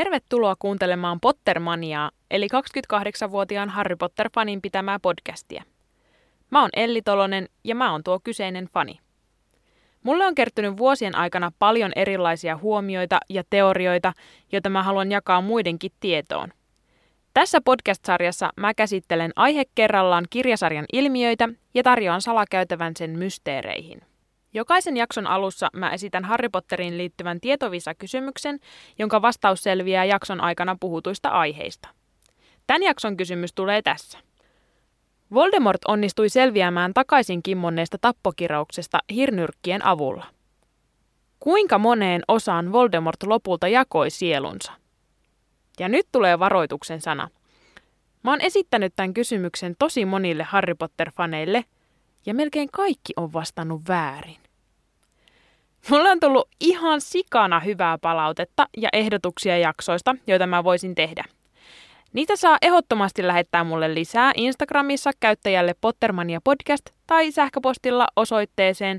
Tervetuloa kuuntelemaan Pottermaniaa, eli 28-vuotiaan Harry Potter-fanin pitämää podcastia. Mä oon Elli Tolonen ja mä oon tuo kyseinen fani. Mulle on kertynyt vuosien aikana paljon erilaisia huomioita ja teorioita, joita mä haluan jakaa muidenkin tietoon. Tässä podcast-sarjassa mä käsittelen aihe kerrallaan kirjasarjan ilmiöitä ja tarjoan salakäytävän sen mysteereihin. Jokaisen jakson alussa mä esitän Harry Potteriin liittyvän tietovisa-kysymyksen, jonka vastaus selviää jakson aikana puhutuista aiheista. Tän jakson kysymys tulee tässä. Voldemort onnistui selviämään takaisin kimmonneesta tappokirouksesta hirnyrkkien avulla. Kuinka moneen osaan Voldemort lopulta jakoi sielunsa? Ja nyt tulee varoituksen sana. Mä oon esittänyt tämän kysymyksen tosi monille Harry Potter-faneille, ja melkein kaikki on vastannut väärin. Mulla on tullut ihan sikana hyvää palautetta ja ehdotuksia jaksoista, joita mä voisin tehdä. Niitä saa ehdottomasti lähettää mulle lisää Instagramissa käyttäjälle Pottermania Podcast tai sähköpostilla osoitteeseen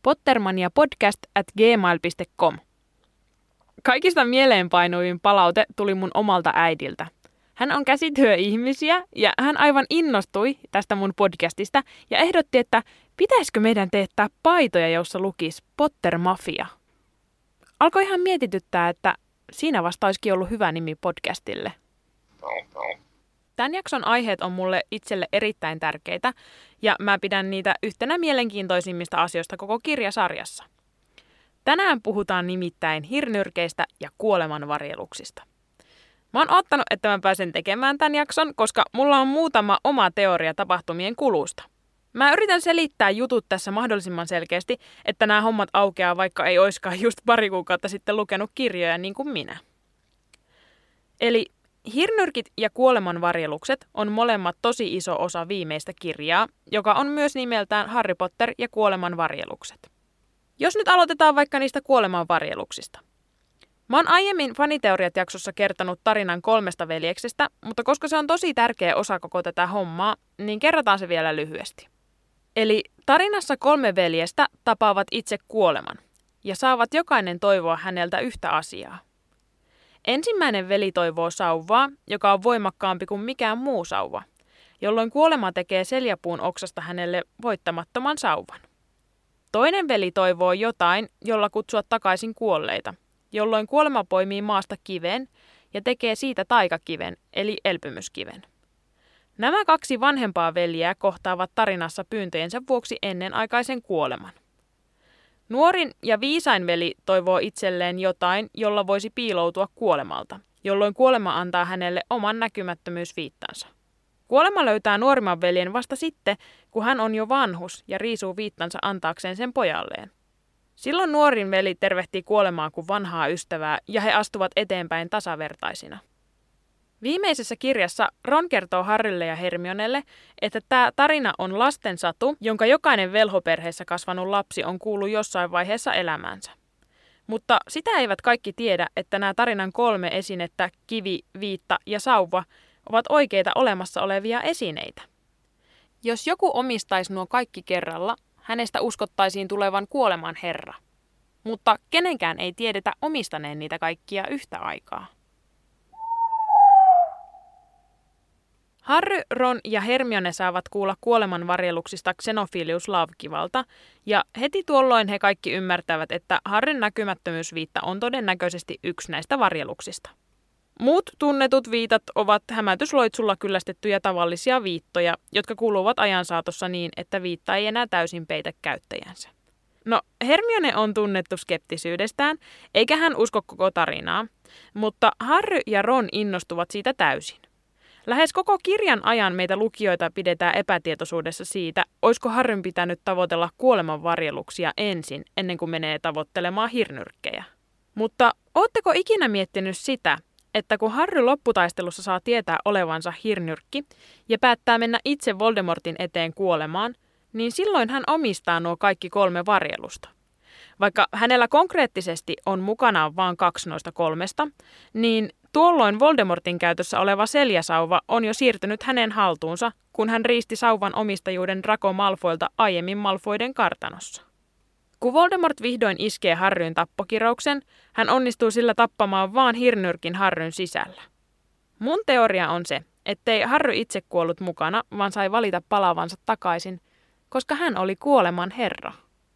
pottermaniapodcast@gmail.com. Kaikista mieleenpainuvin palaute tuli mun omalta äidiltä. Hän on käsityöihmisiä ja hän aivan innostui tästä mun podcastista ja ehdotti, että pitäisikö meidän teettää paitoja, jossa lukisi Potter Mafia. Alkoi ihan mietityttää, että siinä vasta olisikin ollut hyvä nimi podcastille. Tämän jakson aiheet on mulle itselle erittäin tärkeitä ja mä pidän niitä yhtenä mielenkiintoisimmista asioista koko kirjasarjassa. Tänään puhutaan nimittäin hirnyrkeistä ja kuolemanvarjeluksista. Mä oon ottanut, että mä pääsen tekemään tämän jakson, koska mulla on muutama oma teoria tapahtumien kulusta. Mä yritän selittää jutut tässä mahdollisimman selkeästi, että nämä hommat aukeaa, vaikka ei oiskaan just pari kuukautta sitten lukenut kirjoja niin kuin minä. Eli hirnyrkit ja kuolemanvarjelukset on molemmat tosi iso osa viimeistä kirjaa, joka on myös nimeltään Harry Potter ja kuolemanvarjelukset. Jos nyt aloitetaan vaikka niistä kuolemanvarjeluksista. Mä oon aiemmin Faniteoriat-jaksossa kertonut tarinan 3 veljeksestä, mutta koska se on tosi tärkeä osa koko tätä hommaa, niin kerrataan se vielä lyhyesti. Eli tarinassa 3 veljestä tapaavat itse kuoleman ja saavat jokainen toivoa häneltä yhtä asiaa. Ensimmäinen veli toivoo sauvaa, joka on voimakkaampi kuin mikään muu sauva, jolloin kuolema tekee seljapuun oksasta hänelle voittamattoman sauvan. Toinen veli toivoo jotain, jolla kutsua takaisin kuolleita, jolloin kuolema poimii maasta kiven ja tekee siitä taikakiven, eli elpymyskiven. Nämä 2 vanhempaa veljeä kohtaavat tarinassa pyyntöjensä vuoksi ennenaikaisen kuoleman. Nuorin ja viisain veli toivoo itselleen jotain, jolla voisi piiloutua kuolemalta, jolloin kuolema antaa hänelle oman näkymättömyysviittansa. Kuolema löytää nuorimman veljen vasta sitten, kun hän on jo vanhus ja riisuu viittansa antaakseen sen pojalleen. Silloin nuorin veli tervehtii kuolemaa kuin vanhaa ystävää ja he astuvat eteenpäin tasavertaisina. Viimeisessä kirjassa Ron kertoo Harrylle ja Hermionelle, että tämä tarina on lastensatu, jonka jokainen velhoperheessä kasvanut lapsi on kuullut jossain vaiheessa elämäänsä. Mutta sitä eivät kaikki tiedä, että nämä tarinan 3 esinettä, kivi, viitta ja sauva, ovat oikeita olemassa olevia esineitä. Jos joku omistaisi nuo kaikki kerralla, hänestä uskottaisiin tulevan kuoleman herra. Mutta kenenkään ei tiedetä omistaneen niitä kaikkia yhtä aikaa. Harry, Ron ja Hermione saavat kuulla kuolemanvarjeluksista Xenophilius Laukivalta, ja heti tuolloin he kaikki ymmärtävät, että Harryn näkymättömyysviitta on todennäköisesti yksi näistä varjeluksista. Muut tunnetut viitat ovat hämätysloitsulla kyllästettyjä tavallisia viittoja, jotka kuluvat ajan saatossa niin, että viitta ei enää täysin peitä käyttäjänsä. No, Hermione on tunnettu skeptisyydestään, eikä hän usko koko tarinaa, mutta Harry ja Ron innostuvat siitä täysin. Lähes koko kirjan ajan meitä lukijoita pidetään epätietoisuudessa siitä, olisiko Harryn pitänyt tavoitella kuolemanvarjeluksia ensin, ennen kuin menee tavoittelemaan hirnyrkkejä. Mutta ootteko ikinä miettinyt sitä, että kun Harry lopputaistelussa saa tietää olevansa hirnyrkki ja päättää mennä itse Voldemortin eteen kuolemaan, niin silloin hän omistaa nuo kaikki 3 varjelusta. Vaikka hänellä konkreettisesti on mukanaan vain 2 noista 3, niin tuolloin Voldemortin käytössä oleva seljäsauva on jo siirtynyt hänen haltuunsa, kun hän riisti sauvan omistajuuden Draco Malfoylta aiemmin Malfoyden kartanossa. Kun Voldemort vihdoin iskee Harryn tappokirouksen, hän onnistuu sillä tappamaan vaan hirnyrkin Harryn sisällä. Mun teoria on se, ettei Harry itse kuollut mukana, vaan sai valita palavansa takaisin, koska hän oli kuoleman herra.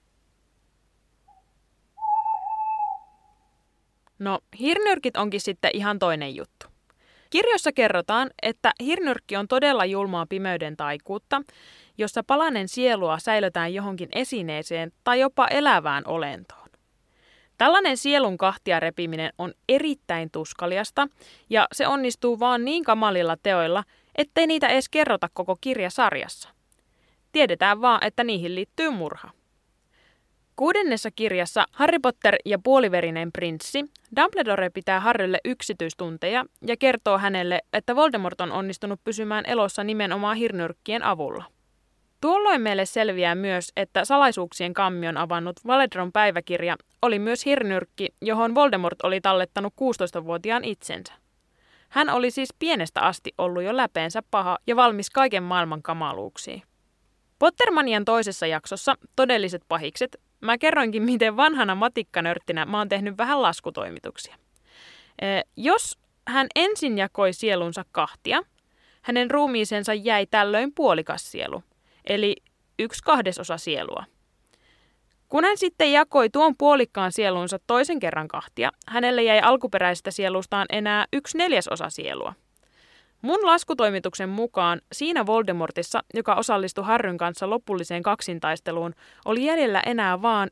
No, hirnyrkit onkin sitten ihan toinen juttu. Kirjoissa kerrotaan, että hirnyrkki on todella julmaa pimeyden taikuutta, jossa palanen sielua säilötään johonkin esineeseen tai jopa elävään olentoon. Tällainen sielun kahtia repiminen on erittäin tuskaliasta ja se onnistuu vaan niin kamalilla teoilla, ettei niitä edes kerrota koko kirjasarjassa. Tiedetään vaan, että niihin liittyy murha. 6. kirjassa Harry Potter ja puoliverinen prinssi Dumbledore pitää Harrylle yksityistunteja ja kertoo hänelle, että Voldemort on onnistunut pysymään elossa nimenomaan hirnyrkkien avulla. Tuolloin meille selviää myös, että salaisuuksien kammion avannut Valedron päiväkirja oli myös hirnyrkki, johon Voldemort oli tallettanut 16-vuotiaan itsensä. Hän oli siis pienestä asti ollut jo läpeensä paha ja valmis kaiken maailman kamaluuksiin. Pottermanian toisessa jaksossa, Todelliset pahikset, mä kerroinkin, miten vanhana matikkanörttinä mä oon tehnyt vähän laskutoimituksia. Jos hän ensin jakoi sielunsa kahtia, hänen ruumiisensa jäi tällöin puolikas sielu, eli 1/2 sielua. Kun hän sitten jakoi tuon puolikkaan sielunsa toisen kerran kahtia, hänelle jäi alkuperäisestä sielustaan enää 1/4 sielua. Mun laskutoimituksen mukaan siinä Voldemortissa, joka osallistui Harryn kanssa lopulliseen kaksintaisteluun, oli jäljellä enää vaan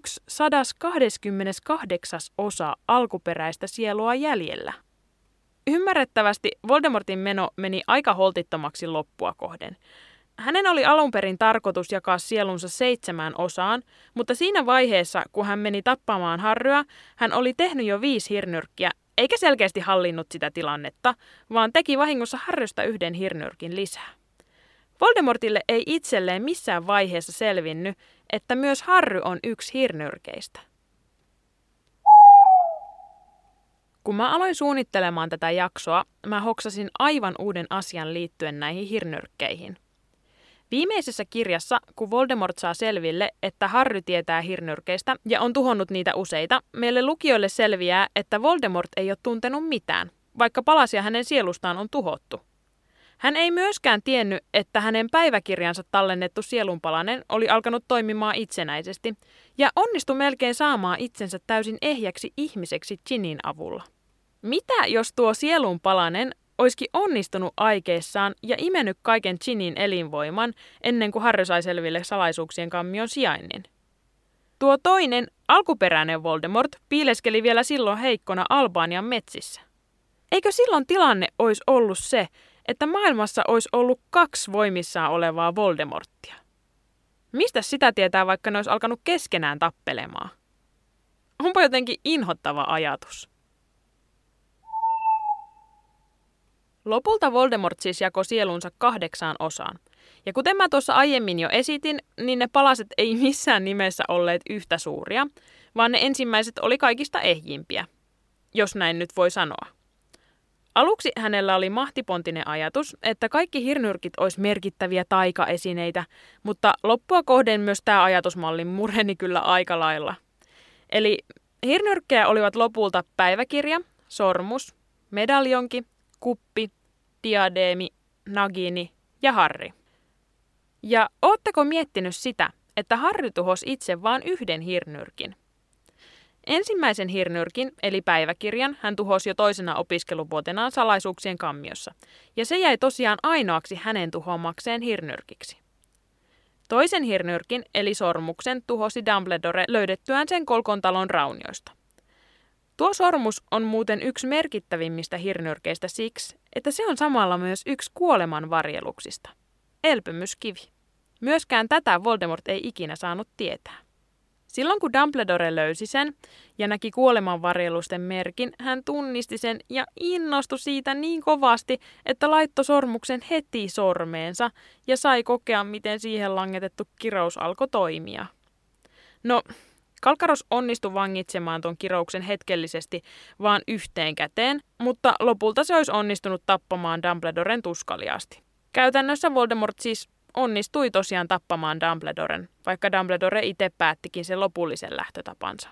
1/128 alkuperäistä sielua jäljellä. Ymmärrettävästi Voldemortin meno meni aika holtittomaksi loppua kohden. Hänen oli alun perin tarkoitus jakaa sielunsa 7 osaan, mutta siinä vaiheessa, kun hän meni tappamaan Harryä, hän oli tehnyt jo 5 hirnyrkkiä, eikä selkeästi hallinnut sitä tilannetta, vaan teki vahingossa Harrystä 1 hirnyrkin lisää. Voldemortille ei itselleen missään vaiheessa selvinnyt, että myös Harry on yksi hirnyrkeistä. Kun mä aloin suunnittelemaan tätä jaksoa, mä hoksasin aivan uuden asian liittyen näihin hirnyrkkeihin. Viimeisessä kirjassa, kun Voldemort saa selville, että Harry tietää hirnyrkeistä ja on tuhonnut niitä useita, meille lukijoille selviää, että Voldemort ei ole tuntenut mitään, vaikka palasia hänen sielustaan on tuhottu. Hän ei myöskään tiennyt, että hänen päiväkirjansa tallennettu sielunpalanen oli alkanut toimimaan itsenäisesti ja onnistui melkein saamaan itsensä täysin ehjäksi ihmiseksi Ginnin avulla. Mitä jos tuo sielunpalanen olisikin onnistunut aikeissaan ja imennyt kaiken Ginnin elinvoiman ennen kuin Harry sai selville salaisuuksien kammion sijainnin? Tuo toinen, alkuperäinen Voldemort piileskeli vielä silloin heikkona Albanian metsissä. Eikö silloin tilanne olisi ollut se, että maailmassa olisi ollut 2 voimissaan olevaa Voldemorttia? Mistä sitä tietää, vaikka ne olisi alkanut keskenään tappelemaan? Onpa jotenkin inhottava ajatus. Lopulta Voldemort siis jakoi sielunsa 8 osaan. Ja kuten mä tuossa aiemmin jo esitin, niin ne palaset ei missään nimessä olleet yhtä suuria, vaan ne ensimmäiset oli kaikista ehjimpiä, jos näin nyt voi sanoa. Aluksi hänellä oli mahtipontinen ajatus, että kaikki hirnyrkit olisi merkittäviä taikaesineitä, mutta loppua kohden myös tämä ajatusmalli mureni kyllä aika lailla. Eli hirnyrkkejä olivat lopulta päiväkirja, sormus, medaljonki, kuppi, diadeemi, Nagini ja Harry. Ja ootteko miettinyt sitä, että Harry tuhosi itse vain 1 hirnyrkin? Ensimmäisen hirnyrkin, eli päiväkirjan, hän tuhosi jo toisena opiskeluvuotenaan salaisuuksien kammiossa, ja se jäi tosiaan ainoaksi hänen tuhoamakseen hirnyrkiksi. Toisen hirnyrkin, eli sormuksen, tuhosi Dumbledore löydettyään sen Kolkontalon raunioista. Tuo sormus on muuten yksi merkittävimmistä hirnyrkeistä siksi, että se on samalla myös yksi kuoleman varjeluksista. Elpymyskivi. Myöskään tätä Voldemort ei ikinä saanut tietää. Silloin kun Dumbledore löysi sen ja näki kuolemanvarjelusten merkin, hän tunnisti sen ja innostui siitä niin kovasti, että laittoi sormuksen heti sormeensa ja sai kokea, miten siihen langetettu kirous alkoi toimia. No, Kalkkaros onnistui vangitsemaan tuon kirouksen hetkellisesti vaan 1 käteen, mutta lopulta se olisi onnistunut tappamaan Dumbledoren tuskaliaasti. Käytännössä Voldemort siis onnistui tosiaan tappamaan Dumbledoren, vaikka Dumbledore itse päättikin sen lopullisen lähtötapansa.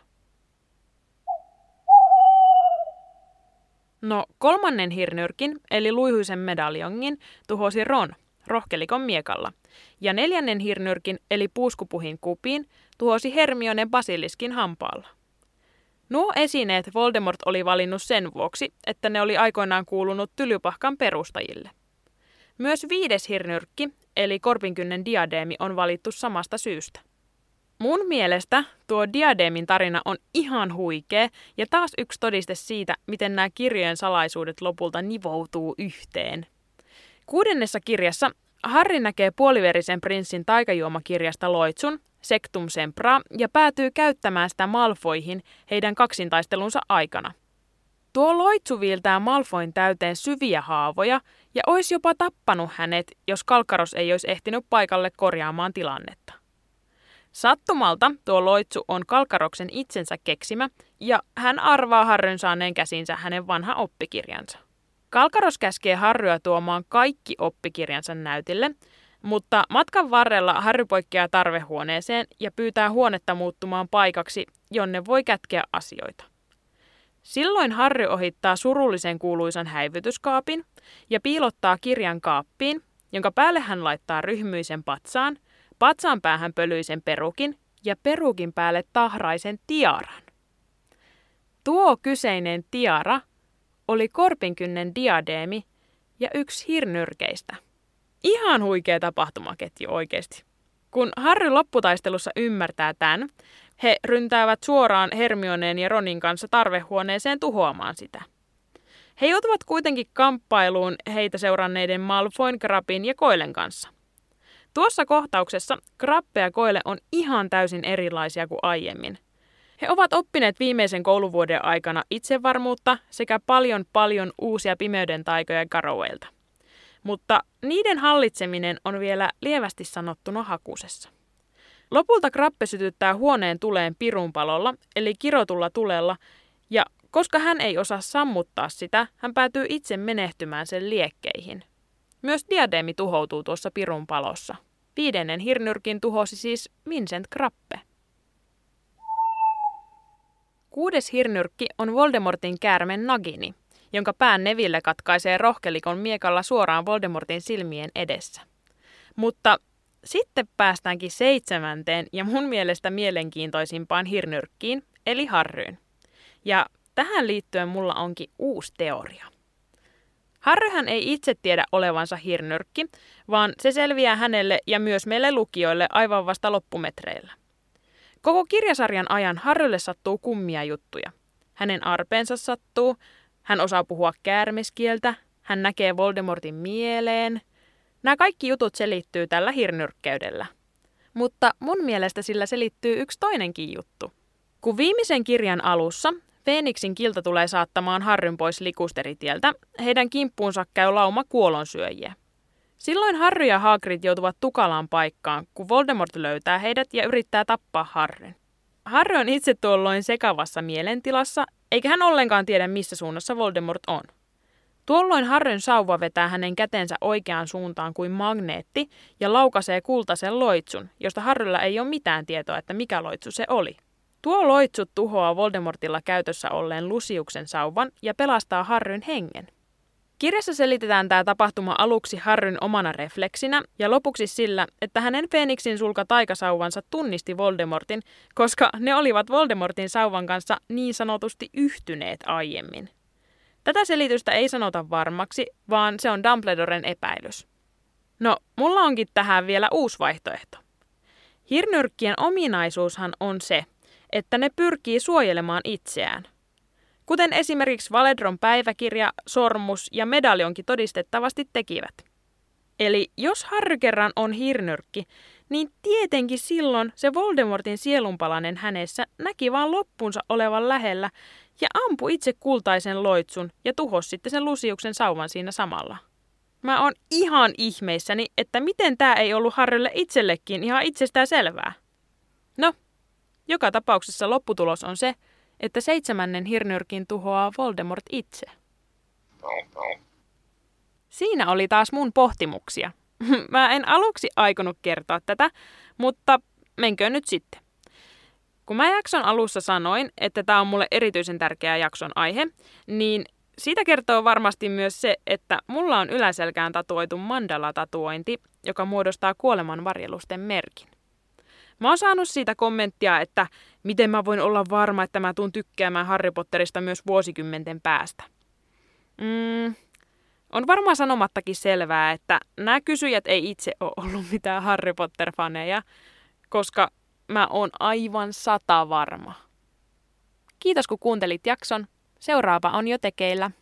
No, kolmannen hirnyrkin, eli luihuisen medaljongin, tuhosi Ron rohkelikon miekalla, ja neljännen hirnyrkin, eli puuskupuhin kupin, tuhosi Hermione basiliskin hampaalla. Nuo esineet Voldemort oli valinnut sen vuoksi, että ne oli aikoinaan kuulunut Tylypahkan perustajille. Myös viides hirnyrkki, eli korpinkynnen diadeemi, on valittu samasta syystä. Mun mielestä tuo diadeemin tarina on ihan huikea ja taas yksi todiste siitä, miten nämä kirjojen salaisuudet lopulta nivoutuu yhteen. 6. kirjassa Harry näkee puoliverisen prinssin taikajuomakirjasta loitsun, Sectum Sempraa, ja päätyy käyttämään sitä Malfoyhin heidän kaksintaistelunsa aikana. Tuo loitsu viiltää Malfoyn täyteen syviä haavoja ja olisi jopa tappanut hänet, jos Kalkkaros ei olisi ehtinyt paikalle korjaamaan tilannetta. Sattumalta tuo loitsu on Kalkkaroksen itsensä keksimä ja hän arvaa Harryn saaneen käsinsä hänen vanha oppikirjansa. Kalkkaros käskee Harryä tuomaan kaikki oppikirjansa näytille, mutta matkan varrella Harry poikkeaa tarvehuoneeseen ja pyytää huonetta muuttumaan paikaksi, jonne voi kätkeä asioita. Silloin Harry ohittaa surullisen kuuluisan häivytyskaapin ja piilottaa kirjan kaappiin, jonka päälle hän laittaa ryhmyisen patsaan, patsaan päähän pölyisen perukin ja perukin päälle tahraisen tiaran. Tuo kyseinen tiara oli korpinkynnen diadeemi ja yksi hirnyrkeistä. Ihan huikea tapahtumaketju oikeasti. Kun Harry lopputaistelussa ymmärtää tämän, he ryntäävät suoraan Hermioneen ja Ronin kanssa tarvehuoneeseen tuhoamaan sitä. He joutuvat kuitenkin kamppailuun heitä seuranneiden Malfoyn, Crabin ja Goylen kanssa. Tuossa kohtauksessa Crabbe ja Goyle on ihan täysin erilaisia kuin aiemmin. He ovat oppineet viimeisen kouluvuoden aikana itsevarmuutta sekä paljon uusia pimeyden taikoja Garroweilta. Mutta niiden hallitseminen on vielä lievästi sanottuna hakusessa. Lopulta Crabbe sytyttää huoneen tuleen pirunpalolla, eli kirotulla tulella, ja koska hän ei osaa sammuttaa sitä, hän päätyy itse menehtymään sen liekkeihin. Myös diadeemi tuhoutuu tuossa pirunpalossa. 5. hirnyrkin tuhosi siis Vincent Crabbe. 6. hirnyrkki on Voldemortin käärme Nagini, jonka pään Neville katkaisee rohkelikon miekalla suoraan Voldemortin silmien edessä. Mutta sitten päästäänkin 7. ja mun mielestä mielenkiintoisimpaan hirnyrkkiin, eli Harryyn. Ja tähän liittyen mulla onkin uusi teoria. Harryhän ei itse tiedä olevansa hirnyrkki, vaan se selviää hänelle ja myös meille lukijoille aivan vasta loppumetreillä. Koko kirjasarjan ajan Harrylle sattuu kummia juttuja. Hänen arpeensa sattuu, hän osaa puhua käärmeskieltä, hän näkee Voldemortin mieleen. Nämä kaikki jutut selittyy tällä hirnyrkkeydellä. Mutta mun mielestä sillä selittyy yksi toinenkin juttu. Kun viimeisen kirjan alussa Feeniksin kilta tulee saattamaan Harryn pois likusteritieltä, heidän kimppuunsa käy lauma kuolonsyöjiä. Silloin Harry ja Hagrid joutuvat tukalaan paikkaan, kun Voldemort löytää heidät ja yrittää tappaa Harryn. Harry on itse tuolloin sekavassa mielentilassa, eikä hän ollenkaan tiedä, missä suunnassa Voldemort on. Tuolloin Harryn sauva vetää hänen kätensä oikeaan suuntaan kuin magneetti ja laukaisee kultaisen loitsun, josta Harryllä ei ole mitään tietoa, että mikä loitsu se oli. Tuo loitsu tuhoaa Voldemortilla käytössä olleen Luciuksen sauvan ja pelastaa Harryn hengen. Kirjassa selitetään tämä tapahtuma aluksi Harryn omana refleksinä ja lopuksi sillä, että hänen Feeniksin sulka taikasauvansa tunnisti Voldemortin, koska ne olivat Voldemortin sauvan kanssa niin sanotusti yhtyneet aiemmin. Tätä selitystä ei sanota varmaksi, vaan se on Dumbledoren epäilys. No, mulla onkin tähän vielä uusi vaihtoehto. Hirnyrkkien ominaisuushan on se, että ne pyrkii suojelemaan itseään. Kuten esimerkiksi Valedron päiväkirja, sormus ja medaljonki todistettavasti tekivät. Eli jos Harry kerran on hirnyrkki, niin tietenkin silloin se Voldemortin sielunpalanen hänessä näki vaan loppunsa olevan lähellä ja ampui itse kultaisen loitsun ja tuhosi sitten sen Luciuksen sauvan siinä samalla. Mä oon ihan ihmeissäni, että miten tää ei ollut Harrylle itsellekin ihan itsestään selvää. No, joka tapauksessa lopputulos on se, että 7. hirnyrkin tuhoaa Voldemort itse. Siinä oli taas mun pohtimuksia. Mä en aluksi aikonut kertoa tätä, mutta menköön nyt sitten. Kun mä jakson alussa sanoin, että tämä on mulle erityisen tärkeä jakson aihe, niin siitä kertoo varmasti myös se, että mulla on yläselkään tatuoitu mandala-tatuointi, joka muodostaa kuolemanvarjelusten merkin. Mä oon saanut siitä kommenttia, että miten mä voin olla varma, että mä tuun tykkäämään Harry Potterista myös vuosikymmenten päästä. On varmaan sanomattakin selvää, että nämä kysyjät ei itse ole ollut mitään Harry Potter-faneja, koska mä oon aivan 100% varma. Kiitos kun kuuntelit jakson. Seuraava on jo tekeillä.